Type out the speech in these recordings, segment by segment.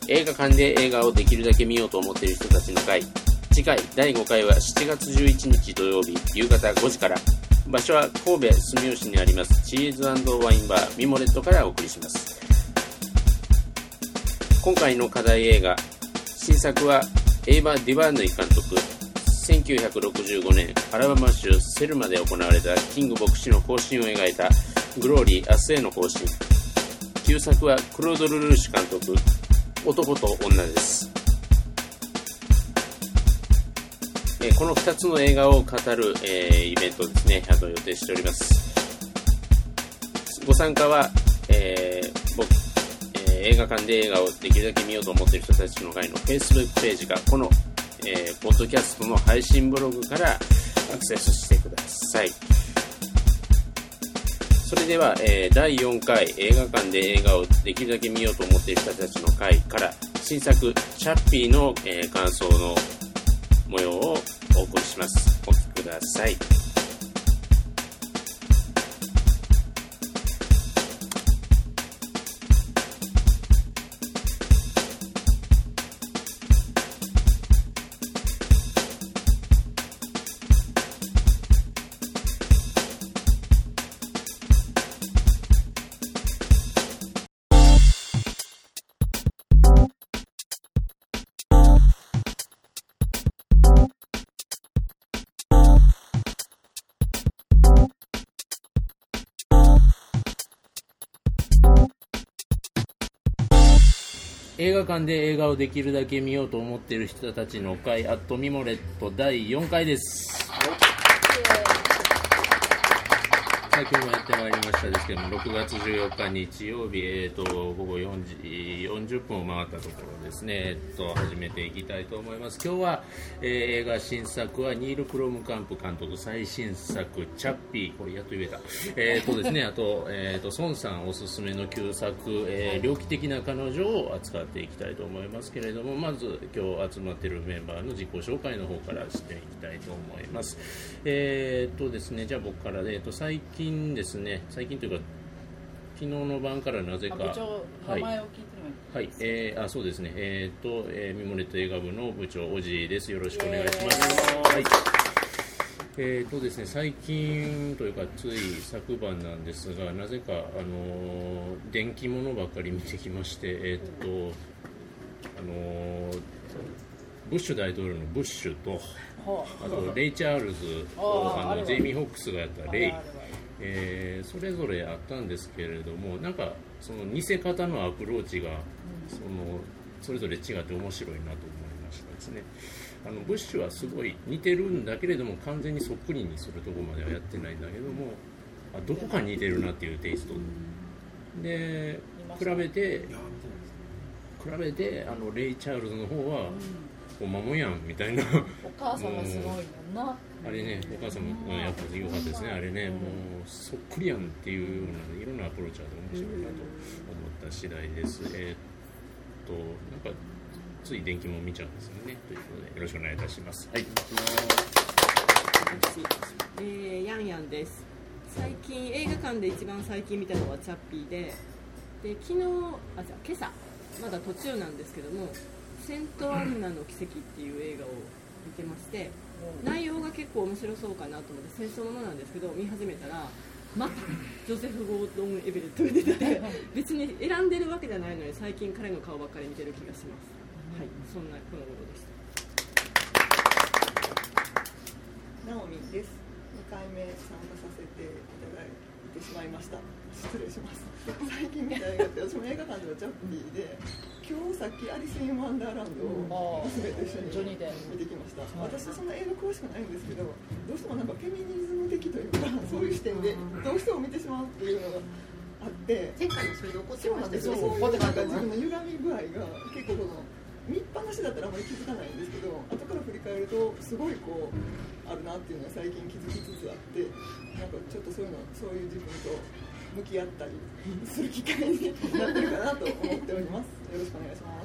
映画館で映画をできるだけ見ようと思っている人たちの会。次回第5回は7月11日土曜日夕方5時から。場所は神戸住吉にありますチーズ&ワインバーミモレットからお送りします。今回の課題映画、新作はエイバー・ディバーヌイ監督、1965年アラバマ州セルマで行われたキング牧師の行進を描いたグローリー・明日への行進。旧作はクロード・ルルーシュ監督、男と女です。この2つの映画を語る、イベントですね、予定しております。ご参加は、僕、映画館で映画をできるだけ見ようと思っている人たちの会の Facebook ページか、この、ポッドキャストの配信ブログからアクセスしてください。それでは、第4回映画館で映画をできるだけ見ようと思っている人たちの会から新作チャッピーの、感想の模様をお送りします。お聞きください。映画館で映画をできるだけ見ようと思っている人たちの会アットミモレット第4回です。最近もやってまいりましたですけども、6月14日日曜日、午後4時40分を回ったところですね、始めていきたいと思います。今日は、映画新作はニール・クロムカンプ監督最新作チャッピー、これやっと言えたですね、あと、孫さんおすすめの旧作、猟奇的な彼女を扱っていきたいと思いますけれども、まず今日集まっているメンバーの自己紹介の方からしていきたいと思います。ですね、じゃあ僕からで、最近ですね、最近というか昨日の晩からなぜか部長、名前を聞いてもいいですか？ はい、そうですね、ミモレット映画部の部長おじです。よろしくお願いします。はい、ですね、最近というかつい昨晩なんですが、なぜか電気物ばっかり見てきまして、ブッシュ大統領のブッシュと、あとレイ・チャールズをジェイミー・ホックスがやったレイ、それぞれあったんですけれども、なんかその見せ方のアプローチがそれぞれ違って面白いなと思いましたですね。ブッシュはすごい似てるんだけれども完全にそっくりにするところまではやってないんだけども、どこか似てるなっていうテイストで、比べてレイ・チャールズの方はおまもやんみたいなお母さんがすごいもんな。 あれね、お母さんもやっぱり良かったですね。あれね、もうそっくりやんっていうようないろんなアプローチあって面白いなと思った次第です。なんかつい電気も見ちゃうんですよね。ということでよろしくお願いいたします。はい。 ヤンヤンです。最近映画館で一番最近見たのはチャッピーで、昨日今朝まだ途中なんですけども、セントアンナの奇跡っていう映画を見てまして、内容が結構面白そうかなと思って戦争ものなんですけど見始めたら、またジョセフ・ゴードン・エベレットが出てて別に選んでるわけじゃないのに最近彼の顔ばっかり見てる気がします。はい、そんなこの頃でした。 ナオミです。2回目参加させていただいてしまいました。失礼します。最近見た映画って私も映画館ではチャッピーで、今日さっきアリス・イン・ワンダーランドを娘と一緒に見てきました。私はそんな映画詳しくないんですけど、どうしてもなんかフェミニズム的というかそういう視点でどうしても見てしまうっていうのがあって、 前回もそれで起こってましたけど、 そうなんか自分の歪み具合が結構見っぱなしだったらあまり気づかないんですけど、後から振り返るとすごいこうあるなっていうのが最近気づきつつあって、なんかちょっとそういう自分と向き合ったりする機会になってるかなと思っております。よろしくお願いします。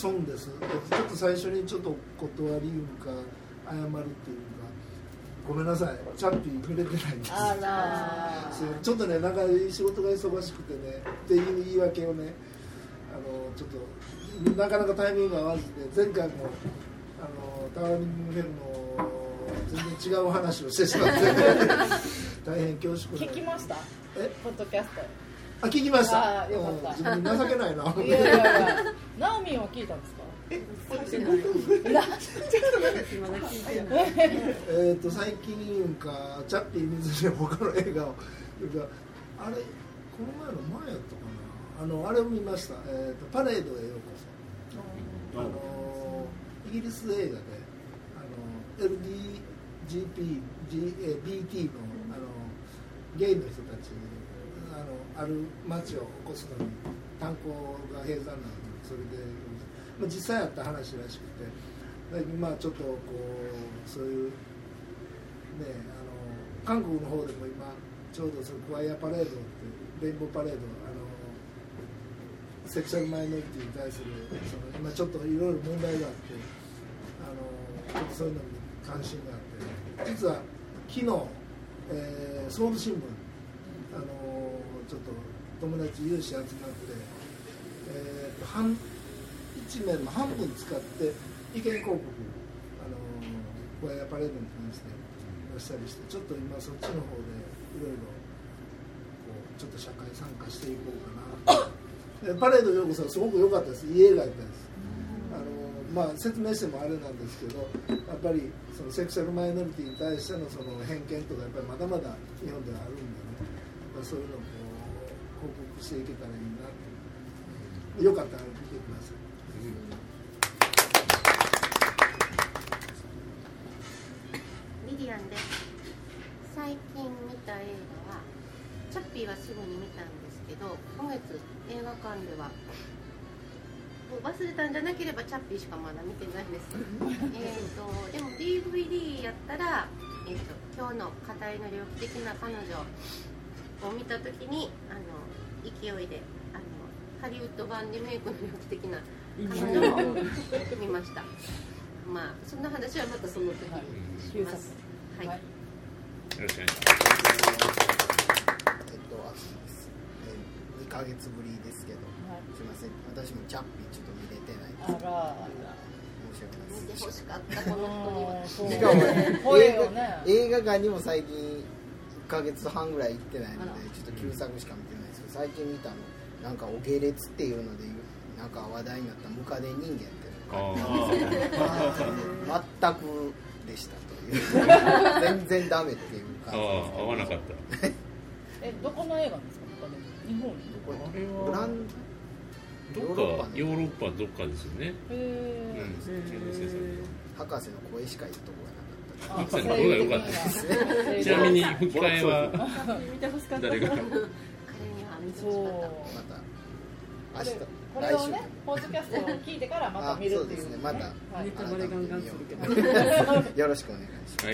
孫です。ちょっと最初にちょっと断りいうか謝るっていうか、 ごめんなさい、チャッピー見れてないんです。 あらちょっとね、なんか仕事が忙しくてねっていう言い訳をね、ちょっとなかなかタイミングが合わずで、前回もタワーミングフェルの全然違う話をしてしまって大変恐縮聞きました？ポッドキャスト。 あ、聞きました。 よかった。 自分情けないな。 いやいやいや、ナオミンは聞いたんですか？ 聞いてない。まだ聞いてない。 最近かチャッピー見ずに他の映画を、あれこの前の前やったかな、あれを見ました。パレードへようこそ。イギリス映画でLGBT のゲイの人たちある街を起こすのに炭鉱が閉山なので、それで、実際あった話らしくて、ちょっとこうそういうね、韓国の方でも今ちょうどそのクワイアパレードってレインボーパレード、セクシャルマイノリティに対する今ちょっといろいろ問題があって、ちょっとそういうのに関心があって、実は昨日、ソウル新聞ちょっと友達有志集まって、1面の半分使って意見広告クワイアパレードに関して出したりして、ちょっと今そっちの方でいろいろちょっと社会参加していこうかなパレードようこそはすごく良かったです。いい映画やったです。説明してもあれなんですけど、やっぱりそのセクシャルマイノリティに対してのその偏見とかやっぱりまだまだ日本ではあるんでね、そういうのを報告していけたらいいなと。よかったら見てください。 リリアンです。最近見た映画はチャッピーはすぐに見たんですけど、今月映画館ではもう忘れたんじゃなければチャッピーしかまだ見てないです。でも DVD やったら、今日の課題の猟奇的な彼女を見たときに勢いでハリウッド版リメイクの猟奇的な彼女を見ました。そんな話はまたその時にします。はい。よろしくお願いします。 2ヶ月ぶりですけど、すみません、私もチャッピーちょっと見れてないです。 あら、 申し訳ないです。見てほしかったこの人には。 しかも映画館にも最近1ヶ月半ぐらい行ってないので、ちょっと旧作しか見てないですけど、最近見たのなんかオゲレツっていうのでなんか話題になったムカデ人間っていうのが全くでしたという全然ダメっていう感じです。 合わなかった。 どこの映画ですか？日本？ オランどっかヨーロッパどっかですよね。 博士の声しか言うとこがなかった。 博士の声が良かったです。ちなみに吹き替えは誰が？ また明日これをね、ポッドキャストを聞いてからまた見るっていう。 そうですね。またネタバレガンガンするけど。 よろしくお願いします。 はい。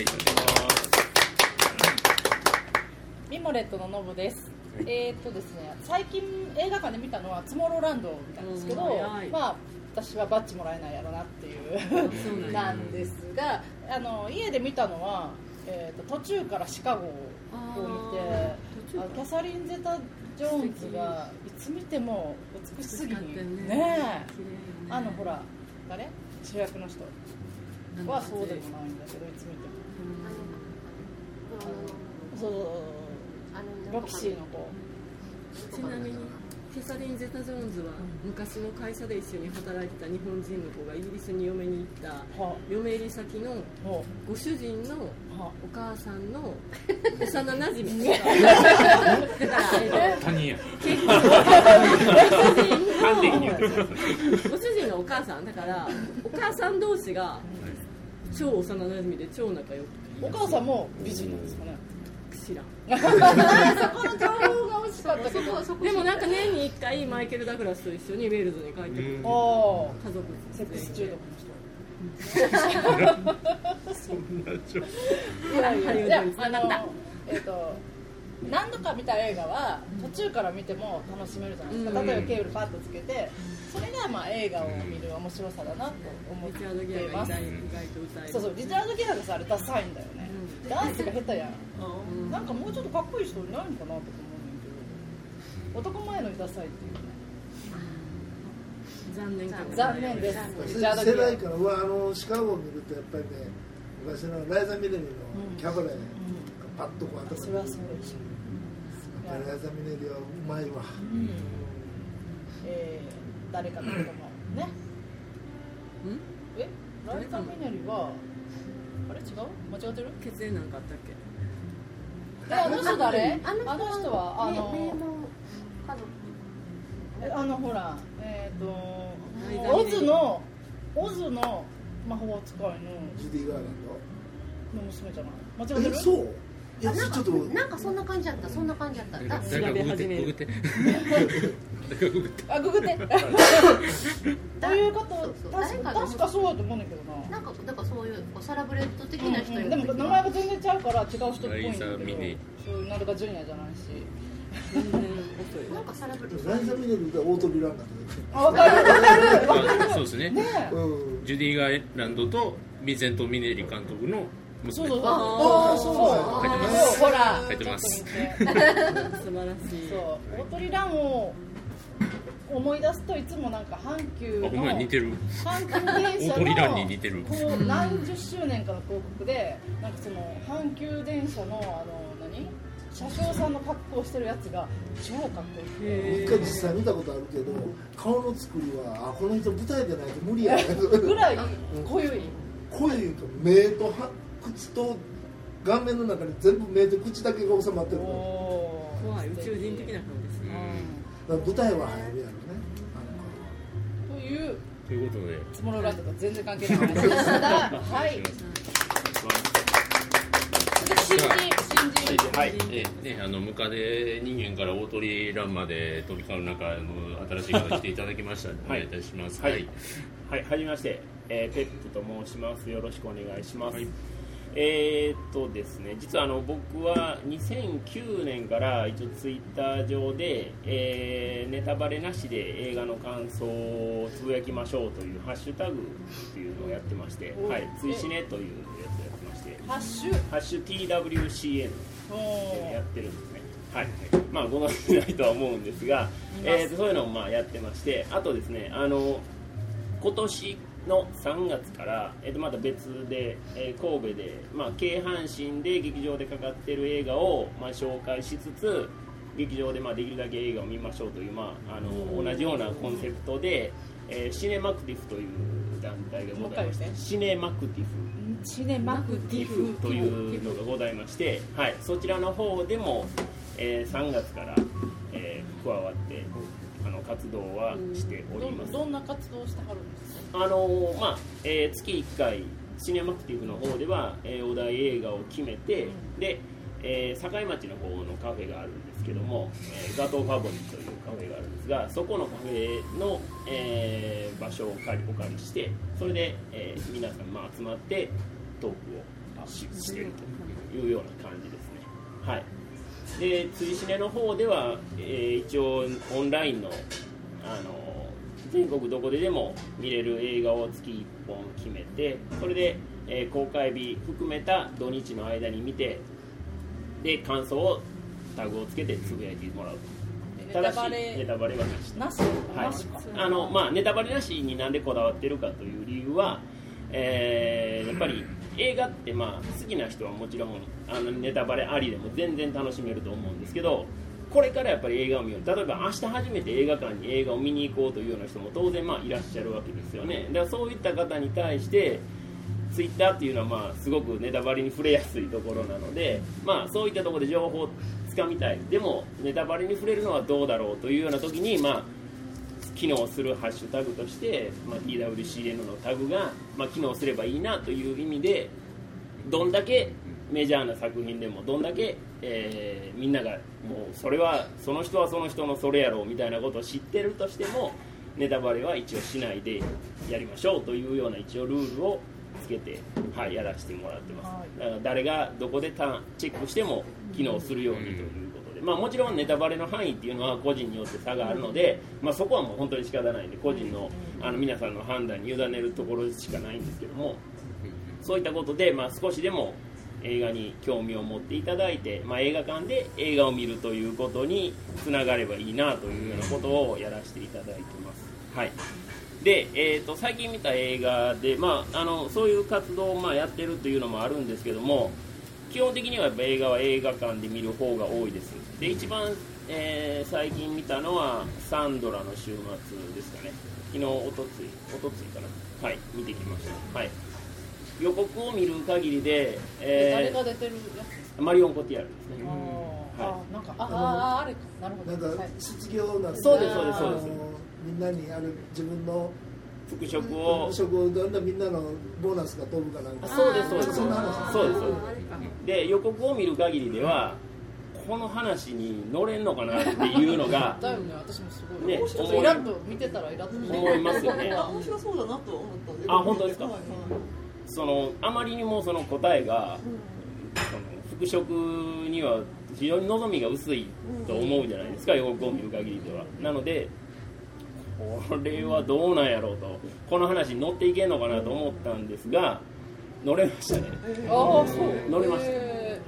ミモレットのノブです。ですね、最近映画館で見たのはツモローランドを見たんですけど、私はバッジもらえないやろなっていうなんですが、家で見たのは、途中からシカゴを見て、キャサリン・ゼタ・ジョーンズがいつ見ても美しすぎるね。ほら誰主役の人はそうでもないんだけど、いつ見てもそうロキシーの子。 ちなみにキャサリン・ゼタ・ジョーンズは昔の会社で一緒に働いてた日本人の子がイギリスに嫁に行った嫁入り先のご主人のお母さんの幼なじみだから他人やご主人のお母さんだからお母さん同士が超幼なじみで超仲良くて、 お母さんも美人なんですかね。 知らんそこの情報が欲しかったけど、 でもなんか年に1回マイケル・ダグラスと一緒にウェールズに帰ってくる家族セックス中毒のそんな情報人。いや何度か見た映画は途中から見ても楽しめるじゃないですか。例えばケーブルパッとつけて、それがまあ映画を見る面白さだなと思ってます。そうそう、リチャード・ギアがさ、あれダサいんだよね。ダンスが下手やん。なんかもうちょっとかっこいい人いないのかなとか思うんだけど、男前のにダサいっていうね。残念です。 世代からシカゴを見るとやっぱりね、昔のライザ・ミネリのキャバレー、パッとこう頭に。 それはそうでしょ。 ライザ・ミネリはうまいわ。 誰かの子供ね。ライザ・ミネリはあれ違う？間違ってる？ 血縁なんかあったっけ？ あの人誰？あの人はほらオズの魔法使いのジュディ・ガーランドの娘じゃない？間違ってる？ そう。いやなんかそんな感じだった。調べ始める。 ググって。ということ確かそうだと思うんだけどな。 なんかだからそういうサラブレッド的な人でも名前が全然ちゃうから違う人っぽいんだけど、そういうなんとかジュニアじゃないし。 なんかサラブレッド。 ライザ・ミネリがオートリランド。わかる。 そうですね。ジュディ・ガーランドとビンセント・ミネリ監督の娘。 そうほら入ってます。 素晴らしい。 オートリランを思い出すといつもなんか阪急の似てる。 阪急電車オートリランに似てる。 何十周年かの広告でなんかその阪急電車の車掌さんの格好をしてるやつが超かっこいい。 一回実際見たことあるけど、顔の作りはこの人舞台でないと無理やぐらい濃ゆい。 濃ゆいと目と口と顔面の中に全部目と口だけが収まってるから。 怖い宇宙人的な顔ですね。 舞台は入るやろね。 ということで、 つもろランドと全然関係ない話でした。はい。 ムカデ人間から大鳥ランまで飛び交う中新しい方来ていただきましたのでお願いいたします。 はい、はじめまして、ペップと申します。よろしくお願いします。ですね、実は僕は2009年から一応ツイッター上で、ネタバレなしで映画の感想をつぶやきましょうというハッシュタグっていうのをやってまして、はい、ついしねというやつをやってまして、ハッシュ TWCN ってやってるんですね。はい、まあご存じないとは思うんですが、そういうのをまあやってまして、あとですね、今年の3月から、また別で、神戸で、京阪神で劇場でかかってる映画を、紹介しつつ劇場で、できるだけ映画を見ましょうという、同じようなコンセプトで、シネマクティフという団体がございまして、シネマクティフというのがございまして、はい、そちらの方でも、3月から、加わって活動はしております。 どんな活動をしてはるんですか？ 月1回シネマクティブの方では、お題映画を決めて、で、境町の方のカフェがあるんですけども、ガトーファボリというカフェがあるんですが、そこのカフェの、場所をお借りして、それで、皆さん集まってトークをしているというような感じですね。はい。で、ついしねの方では、一応オンラインの、全国どこででも見れる映画を月1本決めて、それで、公開日含めた土日の間に見て、で感想をタグをつけてつぶやいてもらう。ただしネタバレはなし。はい。ネタバレなしになんでこだわってるかという理由は、やっぱり映画って好きな人はもちろんネタバレありでも全然楽しめると思うんですけど、これからやっぱり映画を見よう、例えば明日初めて映画館に映画を見に行こうというような人も当然いらっしゃるわけですよね。だからそういった方に対してツイッターっていうのはすごくネタバレに触れやすいところなので、そういったところで情報をつかみたい、でもネタバレに触れるのはどうだろうというような時に機能するハッシュタグとして、TWCN のタグが、機能すればいいなという意味で、どんだけメジャーな作品でもどんだけ、みんながもうそれはその人はその人のそれやろうみたいなことを知ってるとしてもネタバレは一応しないでやりましょうというような一応ルールをつけて、はい、やらせてもらってます。だから誰がどこでチェックしても機能するようにということで、もちろんネタバレの範囲っていうのは個人によって差があるので、そこはもう本当に仕方ないんで、個人の皆さんの判断に委ねるところしかないんですけども、そういったことで、少しでも映画に興味を持っていただいて、映画館で映画を見るということにつながればいいなというようなことをやらせていただいてます。はい。で、最近見た映画で、そういう活動をやってるというのもあるんですけども、基本的にはやっぱ映画は映画館で見る方が多いです。で、一番、最近見たのはサンドラの週末ですかね。昨日、おとついかな。はい、見てきました。はい。予告を見る限りで、 誰が出てるやつ？ マリオン・コティアルですね。 なんかあれか、なるほど。 なんか卒業なんで、 そうですそうですそうです。 みんなに自分の復職をだんだんみんなのボーナスが飛ぶかなんか。 そうですそうですそうです。で予告を見る限りではこの話に乗れんのかなっていうのがだよね、私もすごいね、イラッと見てたらイラッと思いますよね。 面白そうだなと思ったんで。 本当ですか。あまりにもその答えが、復職には非常に望みが薄いと思うじゃないですか、予告を見る限りでは。なのでこれはどうなんやろうと、この話に乗っていけんのかなと思ったんですが、乗れましたね。乗れました。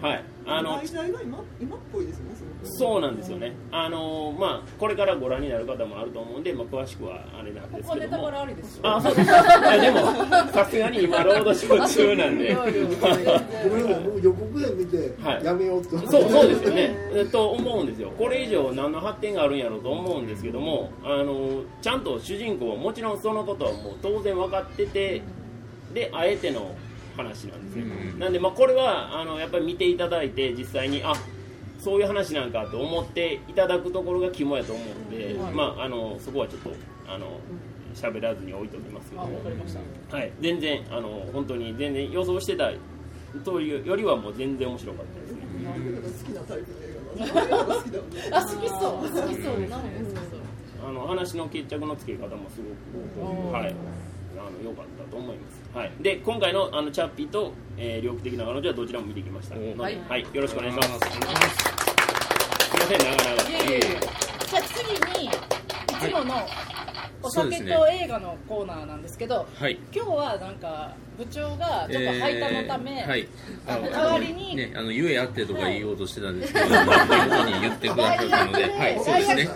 はい。 題材が今っぽいですね。 そうなんですよね。これからご覧になる方もあると思うんで、詳しくはあれなんですけども。 ここネタバレありですよ。 そうです。でもさすがに今ロードショー中なんで。 ごめんなさい、僕予告編見てやめようと。 そうですよね。と思うんですよ。これ以上何の発展があるんやろうと思うんですけども、ちゃんと主人公はもちろんそのことはもう当然分かってて、であえての話なんですよ。なんでこれはやっぱり見ていただいて実際にそういう話なんかと思っていただくところが肝やと思うので、そこはちょっと喋らずに置いておきますけど、はい、全然本当に全然予想してたというよりはもう全然面白かったですね。 好きなタイプの映画好きだ。 好きそう話の決着のつけ方もすごくはい良かったと思います。はい。で今回のチャッピーと猟奇的な彼女はどちらも見てきました。はい。よろしくお願いします。すみません長々。 じゃあ次にいつものお酒と映画のコーナーなんですけど、今日はなんか部長がちょっと配達のため、代わりに言えやってとか言おうとしてたんですけど、ここに言ってくださったので、そうですね。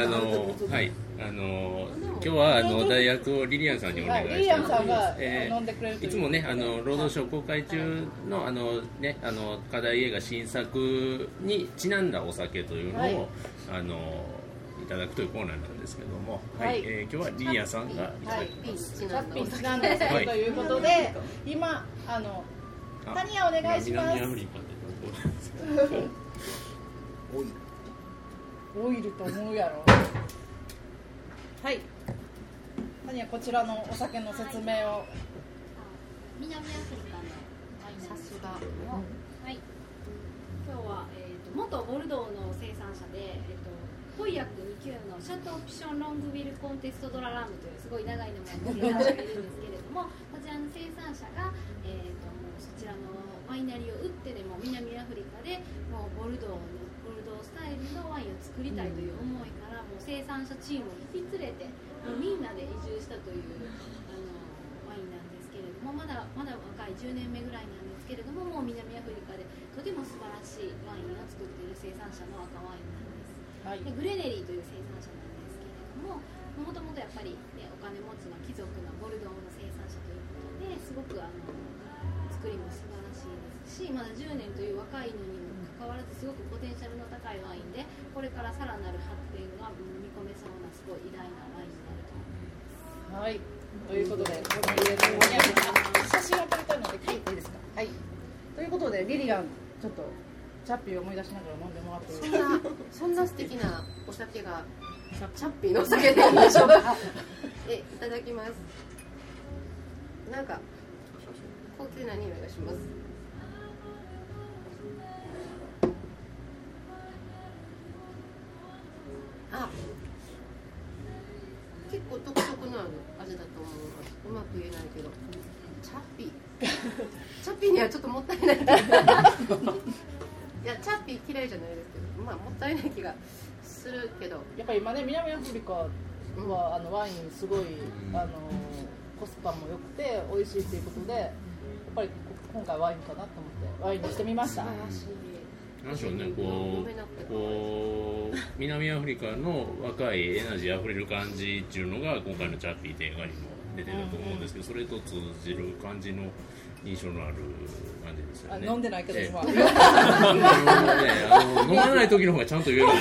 今日は代役をリリアンさんにお願いしてます。 リリアンさんが飲んでくれるという。 いつもねロードショー公開中の課題映画新作にちなんだお酒というのをいただくというコーナーなんですけども、今日はリリアンさんがいただきます。 チャッピーちなんだお酒ということで、今タニアお願いします。 南アフリカってオイルと思うやろ。はい。タニアこちらのお酒の説明を。 南アフリカのワインさすがの、今日は元ボルドーの生産者でホイヤック2級のシャトーピションロングビルコンテストドララムというすごい長い名前の生産者がいるんですけれども、こちらの生産者がそちらのワイナリーを打ってでも南アフリカでもうボルドースタイルのワインを作りたいという思いからもう生産者チームを引き連れてもうみんなで移住したというワインなんですけれども、まだ若い10年目ぐらいなんですけれども、もう南アフリカでとても素晴らしいワインを作っている生産者の赤ワインなんです。でグレネリーという生産者なんですけれども、もともとやっぱり、お金持ちの貴族のボルドーの生産者ということですごく作りも素晴らしいですし、まだ10年という若いのにもかかわらずすごくポテンシャルの高いワインで、これからさらなる発展が見込めそうなすごい偉大なワインになると思います。 はい。ということで、写真を撮りたいので聞いていいですか。はい。ということでリリアンちょっとチャッピーを思い出しながら飲んでもらってそんな素敵なお酒がチャッピーのお酒でいいでしょうか。いただきます。なんか高級な匂いがします。結構独特のある味だと思います。うまく言えないけどチャッピーにはちょっともったいないいやチャッピー綺麗じゃないですけど、まあもったいない気がするけど、 やっぱり今ね南アフリカはワインすごいコスパも良くて美味しいということで、やっぱり今回ワインかなと思ってワインにしてみました。 なんでしょうね、こう南アフリカの若いエナジーあふれる感じっていうのが今回のチャッピーって映画にも出てたと思うんですけど、それと通じる感じの印象のある感じですよね。 飲んでないけど今飲まない時の方がちゃんと言えるん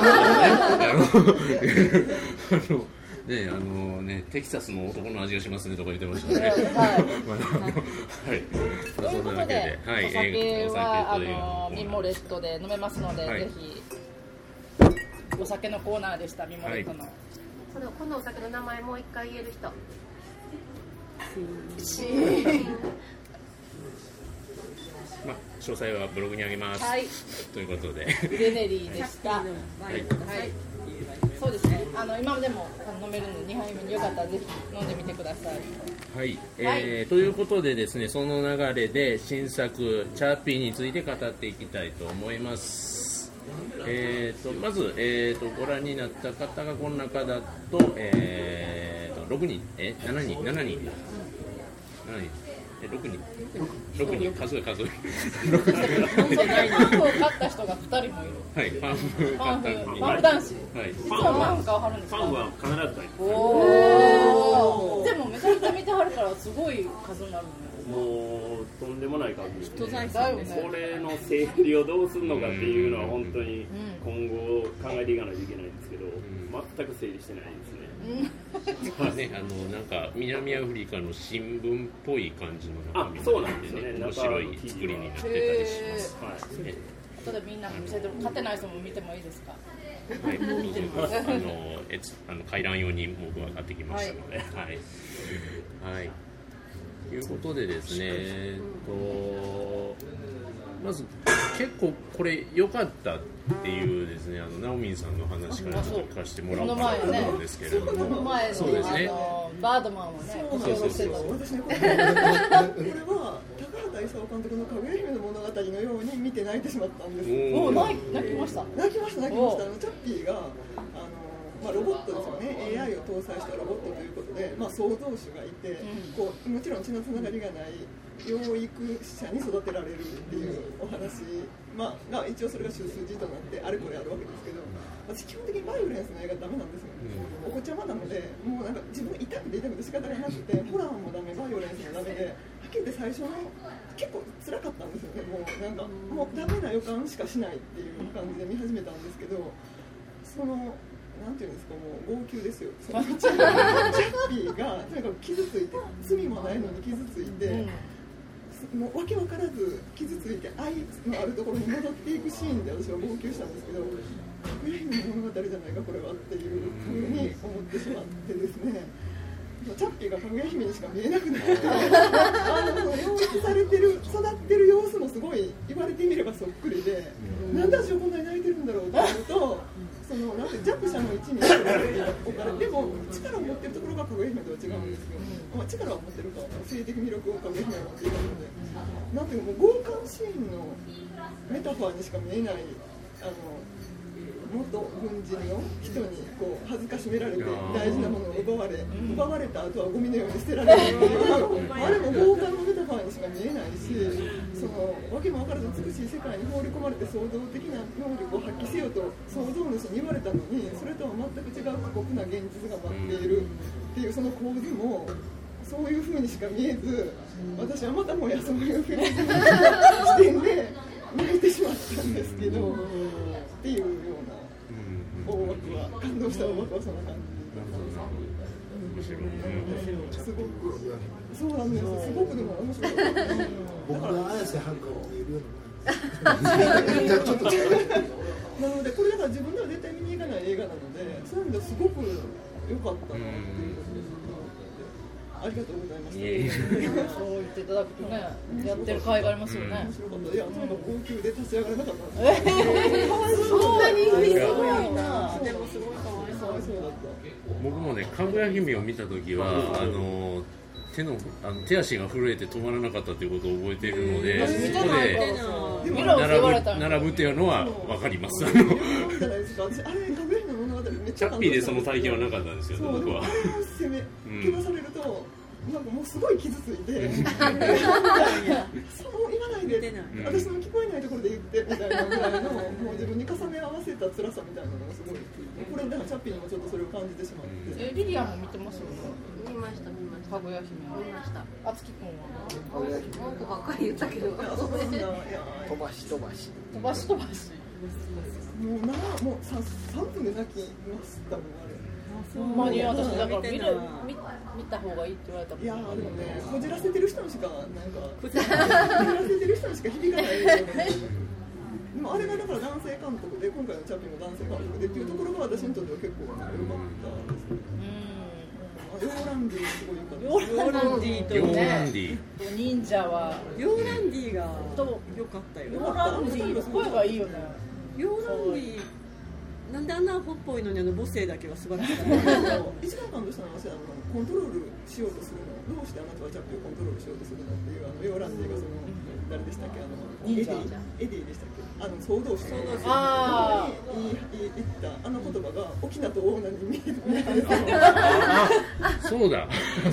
ですよね。テキサスの男の味がしますねとか言ってましたね。 ということで、お酒はミモレットで飲めますので、ぜひお酒のコーナーでした。ミモレットのこのお酒の名前もう一回言える人。 詳細はブログにあげます。ということで、 レネリーでした。そうですね。今でも飲めるので2杯目によかったらぜひ飲んでみてください。 はい。ということでですね、その流れで新作チャーピーについて語っていきたいと思います。まずご覧になった方がこの中だと6人7人6人数え6人を買った人が2人もいる。 はい、 パンフ男子。 はい、 実はパンフ買わはるんですか。 パンは必ず買います。 でもめちゃめちゃ見てはるからすごい数になるね。 もうとんでもない数ですね。これの整理をどうするのかっていうのは本当に今後考えていかないといけないんですけど、全く整理してないですね。 なんか南アフリカの新聞っぽい感じの中身そうなんですよね。 面白い作りになってたりします。 後でみんな見せて勝てない人も見てもいいですか。 はい、回覧用に僕は買ってきましたので、はい。ということでですね、まず結構これ良かったっていうですね、ナオミンさんの話からちょっと聞かせてもらおうかなと思うんですけれども、 そうですね。バードマンはね、 私ねこれは高畑勲監督のかぐや姫の物語のように見て泣いてしまったんです。 泣きました。チャッピーがロボットですよね。 AI を搭載したロボットということで、創造主がいて、もちろん血のつながりがない養育者に育てられるっていうお話、が一応それが主筋となってあれこれあるわけですけど、私基本的にバイオレンスの映画ダメなんですよ。お子ちゃまなので、もうなんか自分痛くて仕方がなくて、ホラーもダメ、バイオレンスもダメで、はっきり言って最初の結構辛かったんですよね。もうダメな予感しかしないっていう感じで見始めたんですけど、なんていうんですか、もう号泣ですよ。チャッピーがとにかく傷ついて、罪もないのに傷ついて、もう訳分からず傷ついて愛のあるところに戻っていくシーンで私は号泣したんですけど、かぐや姫の物語じゃないかこれはっていうふうに思ってしまってですね、チャッピーがかぐや姫にしか見えなくなって養育されてる育ってる様子もすごい言われてみればそっくりで、なんで私はこんなに泣いてるんだろうと思うと、なんて弱者の位置に置かれて、でも力を持ってるところがかぐや姫とは違うんですけど、力を持ってるか性的魅力をかぐや姫は持っているので、なんていうの、もう強姦シーンのメタファーにしか見えない元軍人の人に恥ずかしめられて大事なものを奪われた後はゴミのように捨てられるっていうあれも強姦のメタファーにしか見えないし、わけも分からず美しい世界に放り込まれて創造的な能力を発揮せよと創造主に言われたのに、それとは全く違う過酷な現実が待っているっていうその構図もそういう風にしか見えず、私はまたもやそういうフェミニズムの視点で泣いてしまったんですけどっていうような大枠は、感動した大枠はそんな感じだったんです。すごくそうなんです。すごくでも面白かった。 僕が綾瀬はるかを見るような感じなのでこれだから自分では絶対見に行かない映画なので、そういう意味ではすごく良かったなっていうありがとうございました。 そう言っていただくとね、やってる甲斐がありますよね。 面白かった。いや、とにかく号泣で立ち上がれなかったんです。 そんなにすごいな。でもすごいかわいそうだった。 僕もね、かぐや姫を見たときは手足が震えて止まらなかったということを覚えているので、そこで並ぶっていうのは分かります。チャッピーでその体験はなかったんですよ、僕は。 攻め怪我されるとなんかもうすごい傷ついてそう言わないで私の聞こえないところで言ってみたいなぐらいのもう自分に重ね合わせた辛さみたいなのがすごいこれだからチャッピーにもちょっとそれを感じてしまって。 リリアも見てますよね。 見ましたかぐや姫見ました。 あつきくんは文句ばっかり言ったけど飛ばしもう3分で泣きましたもんあれ。 ほんまに私だから見た方がいいって言われたもん。 いやでもねこじらせてる人にしかこじらせてる人にしか響かないでもあれがだから男性監督で今回のチャッピーも男性監督でっていうところが私にとっては結構良かったですね。ヨーランディすごい良かった。 ヨーランディとね忍者はヨーランディが良かったよ。 ヨーランディ声がいいよね。 ヨーランディなんであんなホっぽいのに母性だけは素晴らしかった。 一番感動したのはコントロールしようとするのどうしてあなたはチャッピーをコントロールしようとするのっていうヨーランディが誰でしたっけエディでしたっけ総動詞に言ったあの言葉が沖縄とオーナに見えるそうだ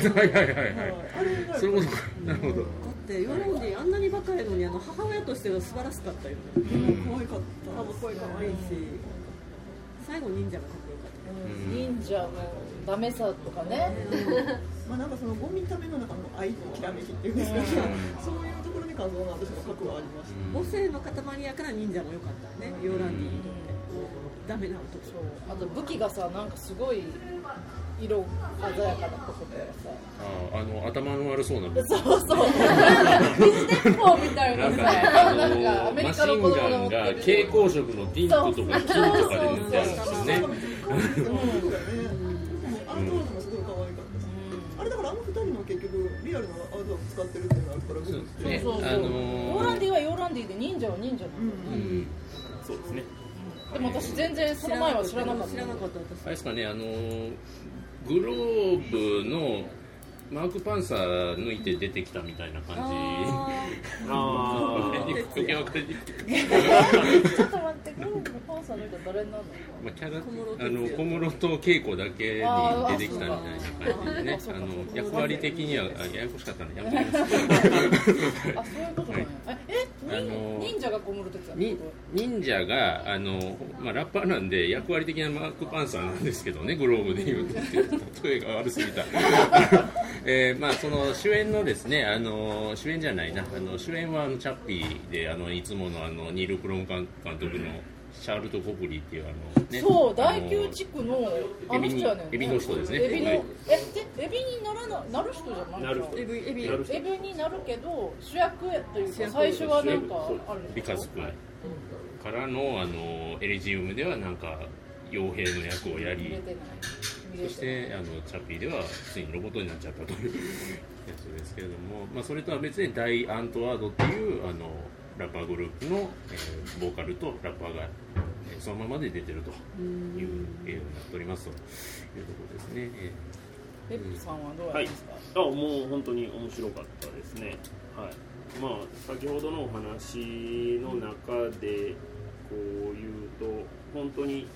そういうことか。なるほど。 だってヨーランディあんなにバカやのに母親としては素晴らしかったよね。 可愛かった。 声可愛いし最後忍者がかっこよかった。 忍者のダメさとかね。 まあなんかそのゴミための中の愛ときらめきっていうんですかね。そういうところに感動が私も核はありました。 母性の塊やから忍者も良かったね。ヨーランディにとってダメな男。 あと武器がさなんかすごい色鮮やかなとこでさ。 頭の悪そうな。 そう水鉄砲みたいなさ。 マシンガンが蛍光色のピンクとか金とかで塗ってあるんですよね。 あれだから2人の結局リアルなアートを使ってるっていうのがあるからそうですね。 ヨーランディはヨーランディで忍者は忍者なんだよね。 そうですね。 でも私全然その前は知らなかった。 私。あれですかねグローブのマークパンサー抜いて出てきたみたいな感じ。 ちょっと待って、グローブのパンサー抜いたら誰になるの？ 小室と稽古だけに出てきたみたいな感じでね。役割的にはややこしかったのでやめてください。 そういうことね。忍者が小室哲哉。 忍者がラッパーなんで役割的なマークパンサーなんですけどね、グローブで言うと例えが悪すぎた。その主演のですね主演じゃないな主演はチャッピーでいつものニール・クロム監督のシャールト・コプリーっていうね、そう第9地区の人やねん。 エビの人ですね。 エビになる人じゃない？ なる人。 エビになるけど主役というか最初はなんかあるんビカス君からのエリジウムではなんか傭兵の役をやり。そしてチャッピーではついにロボットになっちゃったというやつですけれども、それとは別にダイ・アントワードっていうラッパーグループの、ボーカルとラッパーが、そのままで出てるという映画になっておりますというところですね。 ペップさんはどうですか？ もう本当に面白かったですね。先ほどのお話の中でこう言うと本当に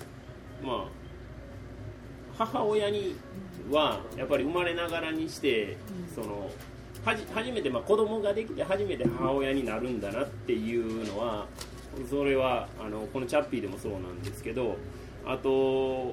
母親にはやっぱり生まれながらにして初めて子供ができて初めて母親になるんだなっていうのはそれはこのチャッピーでもそうなんですけど、あと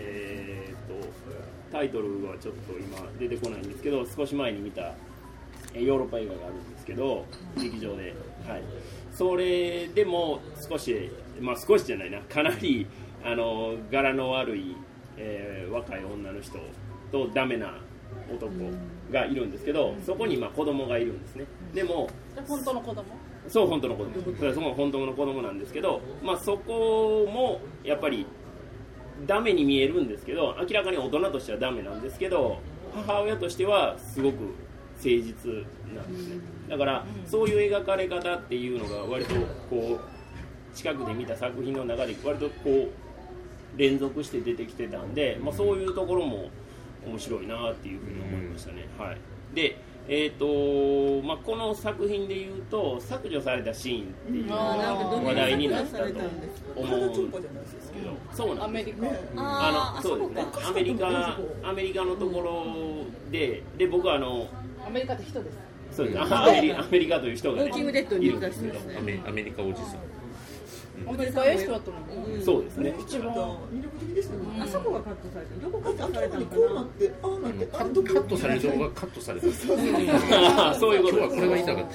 タイトルはちょっと今出てこないんですけど、少し前に見たヨーロッパ映画があるんですけど劇場で、それでも少しじゃないなかなり柄の悪い若い女の人とダメな男がいるんですけど、そこに子供がいるんですね。でも本当の子供？ そう本当の子供。そこ本当の子供なんですけど、そこもやっぱりダメに見えるんですけど、明らかに大人としてはダメなんですけど、母親としてはすごく誠実なんですね。だからそういう描かれ方っていうのが割とこう近くで見た作品の中で割とこう連続して出てきてたんで、そういうところも面白いなっていうふうに思いましたね。 でまあ、この作品でいうと削除されたシーンっていう話題になったと思うんですけど、そうなんです。そうですね。アメリカのところで僕はアメリカって人です。 そうです。アメリカという人が、 ウォーキングデッドにいるんですけど、 アメリカおじさん。 アメリカ人だと思う。 そうですね。 一番魅力的でしたね。 あそこがカットされてる。どこカットされたのかな。 こうなってああなってカットされる動画カットされた。 そういうことはこれが言いたかった。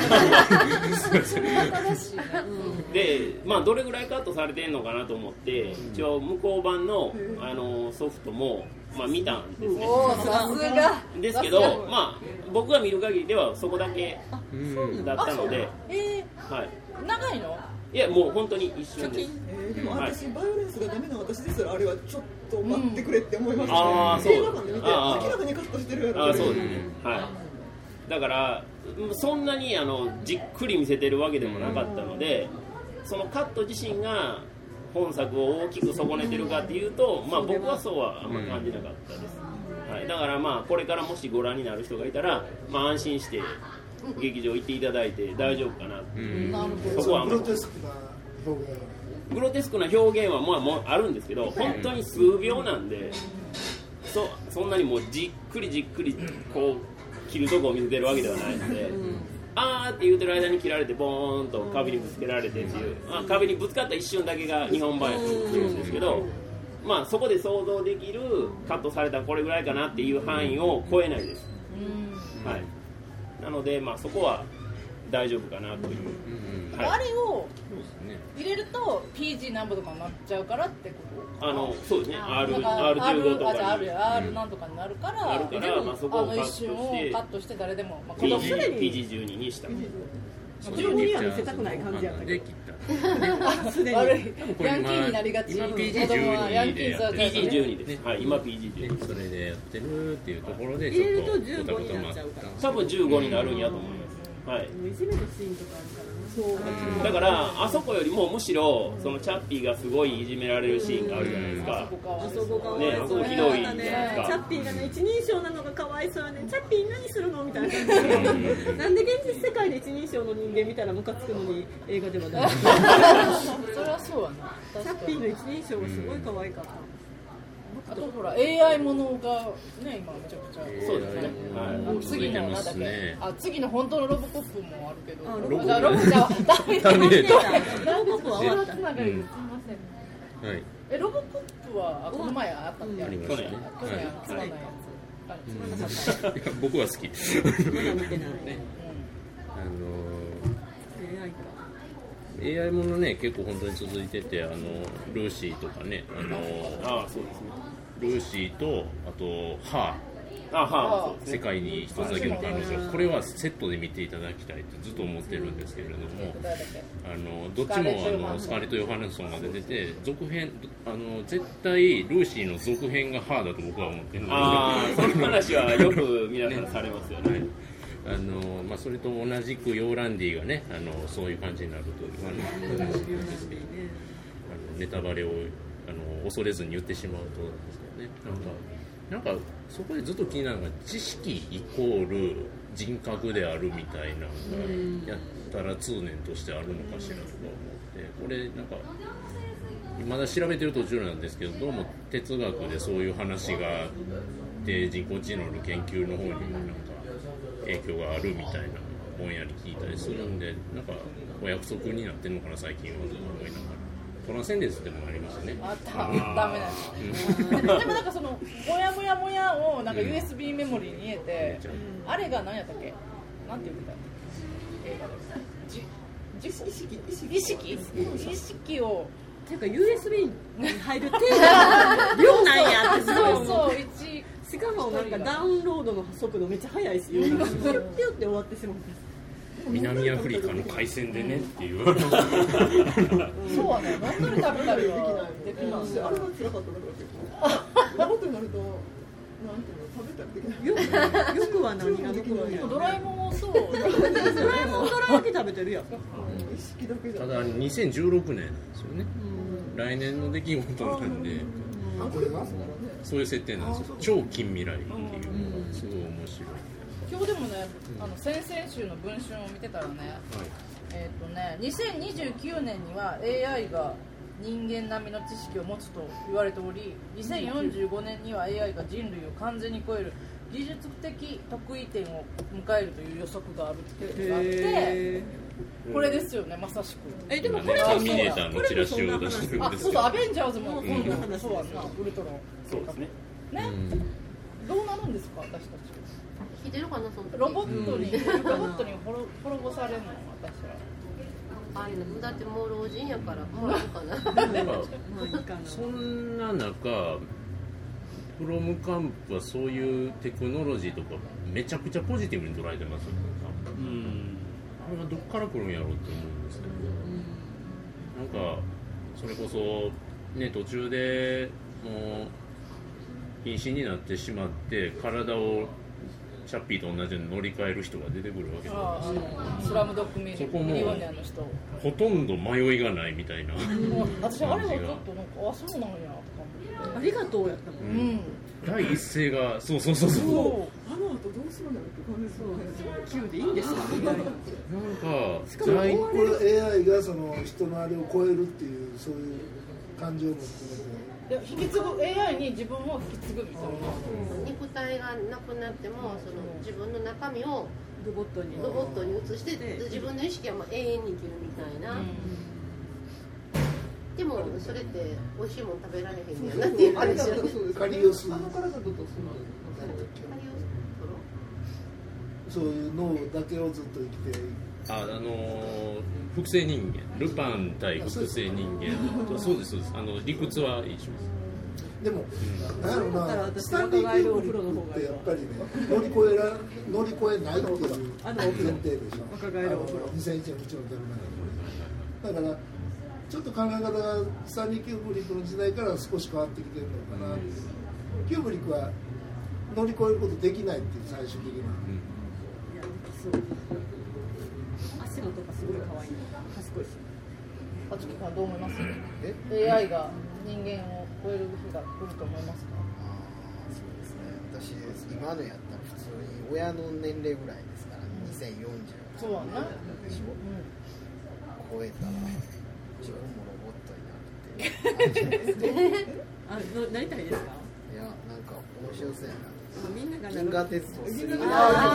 で、まあどれぐらいカットされてるのかなと思って一応向こう版のソフトもまあ見たんですね。 さすが。 ですけど、まあ僕が見る限りではそこだけだったので、はい。 長いの？ いやもう本当に一瞬です。 でも私、バイオレンスがダメな私ですらあれはちょっと待ってくれって思いましたね。映画館で見て明らかにカットしてるやろ。 そうですね。はい。だからそんなにじっくり見せてるわけでもなかったので、そのカット自身が本作を大きく損ねてるかっていうと、まあ僕はそうはあんま感じなかったです。はい。だからまあこれからもしご覧になる人がいたら、まあ安心して劇場行っていただいて大丈夫かな。そこはグロテスクな表現。 グロテスクな表現はもうあるんですけど、本当に数秒なんで、そんなにもうじっくりこう切るとこを見せてるわけではないので、あーって言ってる間に切られてボーンと壁にぶつけられてっていう、壁にぶつかった一瞬だけが日本版やってるんですけど、まあそこで想像できるカットされたこれぐらいかなっていう範囲を超えないです。はい。なのでまあそこは大丈夫かなという。 あれを入れると PG 何部とかになっちゃうからってこと？ そうですね。R15 とかに R なんとかになるから、 まあそこをカット一瞬をカットして誰でも、まあ、 PG12 にした。 15には見せたくない感じやったけど。 悪いヤンキーになりがち。 今 PG12 でやってる。 PG12 です。はい、今 PG12。 それでやってるっていうところでちょっと 15になっちゃうから。 多分15になるんやと思います。はい。 いじめのシーンとかあるからね。 だからあそこよりもむしろそのチャッピーがすごいいじめられるシーンがあるじゃないですか。 あそこかね、あそこひどいじゃないですか。 チャッピーがね一人称なのがかわいそうやね。チャッピー何するのみたいな感じで。なんで現実世界で一人称の人間見たらムカつくのに映画ではない。 それはそうやな。 チャッピーの一人称がすごい可愛かった。 あとほら AI ものがね今めちゃくちゃそうですね。 次のなんだっけ、次の本当のロボコップもあるけど、 ロボじゃあロボじゃダメだ。 ダメだ。 ロボコップは終わった。 すいません。 はい。 ロボコップはこの前あったんでありましたね。 去年つまんないやつ。 僕は好き。 まだ見てない。 AI ものね結構本当に続いててルーシーとかねそうですね。 ルーシーとあとハー世界に一つだけの彼女、これはセットで見ていただきたいってずっと思ってるんですけれども、どっちもスカーレット・ヨハンソンが出てて続編絶対ルーシーの続編がハーだと僕は思ってるので、その話はよく皆さんされますよね。 まあ、それと同じくヨーランディがねそういう感じになるとネタバレを恐れずに言ってしまうとですね、なんかそこでずっと気になるのが知識イコール人格であるみたいなのがやったら通念としてあるのかしらとか思って、これなんかまだ調べてる途中なんですけど、どうも哲学でそういう話があって人工知能の研究の方にもなんか影響があるみたいなのがぼんやり聞いたりするんで、なんかお約束になってるのかな最近はと思いながら。トランセンデンスでもありますね。 ダメだ。でもなんかそのモヤモヤモヤをなんか USB メモリーに入れて、あれが何やったっけ？なんて言うんだっけ？映画で。意識を。 ていうか USB に入る程度量なんやってすごい思う。しかもなんかダウンロードの速度めっちゃ速いし、ピュッピュッって終わってしまうんです。 南アフリカの海鮮でねっていう。 そうはね、飲んだり食べたりはできない。 あれは辛かっただから結構。ロボットになるとなんていうの食べたりできない。 よくは何ができない。 ドラえもんもそう。 ドラえもんドラだけ食べてるやん。 意識だけじゃ。 ただ2016年なんですよね。来年の出来事なんで。そういう設定なんですよ。超近未来っていうのがすごい面白い。 今日でもね、先々週の文春を見てたらね、2029年には AI が人間並みの知識を持つと言われており、2045年には AI が人類を完全に超える技術的得意点を迎えるという予測があるっていうのがあって、これですよね、まさしく。 でもこれはターミネーターのチラシを出してるんですけど、 アベンジャーズも今度そうやな、ウルトロン。 そうですね。 ね、どうなるんですか、私たち。 聞いてるかな、その時。 ロボットに滅ぼされるの、私ら。 だってもう老人やからもういいかな。 そんな中、フロムカンプはそういうテクノロジーとかめちゃくちゃポジティブに捉えてますよね。あれがどっから来るんやろうって思うんですけど、なんかそれこそね、途中でもう瀕死になってしまって体をチャッピーと同じように乗り換える人が出てくるわけなんですよ。 スラムドッグミリオネアの人、 ほとんど迷いがないみたいな。 私あれはちょっとなんか、あ、そうなんやとか思って、 ありがとうやったもん。 第一声がそう。 あの後どうするんだろうって感じですよね。 9でいいんですか。 なんかしかもこれ AI がその人のあれを超えるっていうそういう感情も含めて。 引き継ぐ AI に自分を引き継ぐみたいな。 肉体がなくなってもその自分の中身をロボットに移して自分の意識はもう永遠に生きるみたいな。でもそれって美味しいもの食べられへんやなっていう話よね。 カリオス。そういう脳だけをずっと生きて。 複製人間、ルパン対複製人間、そうです、理屈は一緒です。 でも、なんやろな、スタンリー・キューブリックってやっぱりね、乗り越えないっていう前提でしょ。2001年もちろん出る中で。だから、ちょっと考え方がスタンリー・キューブリックの時代から少し変わってきてるのかなって。キューブリックは乗り越えることできないっていう最終的な。 足元がすごい可愛い、賢いし。 あつきさんどう思います？AI が人間を超える日が来ると思いますか？ そうですね。私今のやったら普通に親の年齢ぐらいですから、2040。 そうやな。 でしょ。超えたら自分もロボットになるっていう。 なりたいですか？ いや、なんか面白そうやな。 みんなが銀河鉄道する。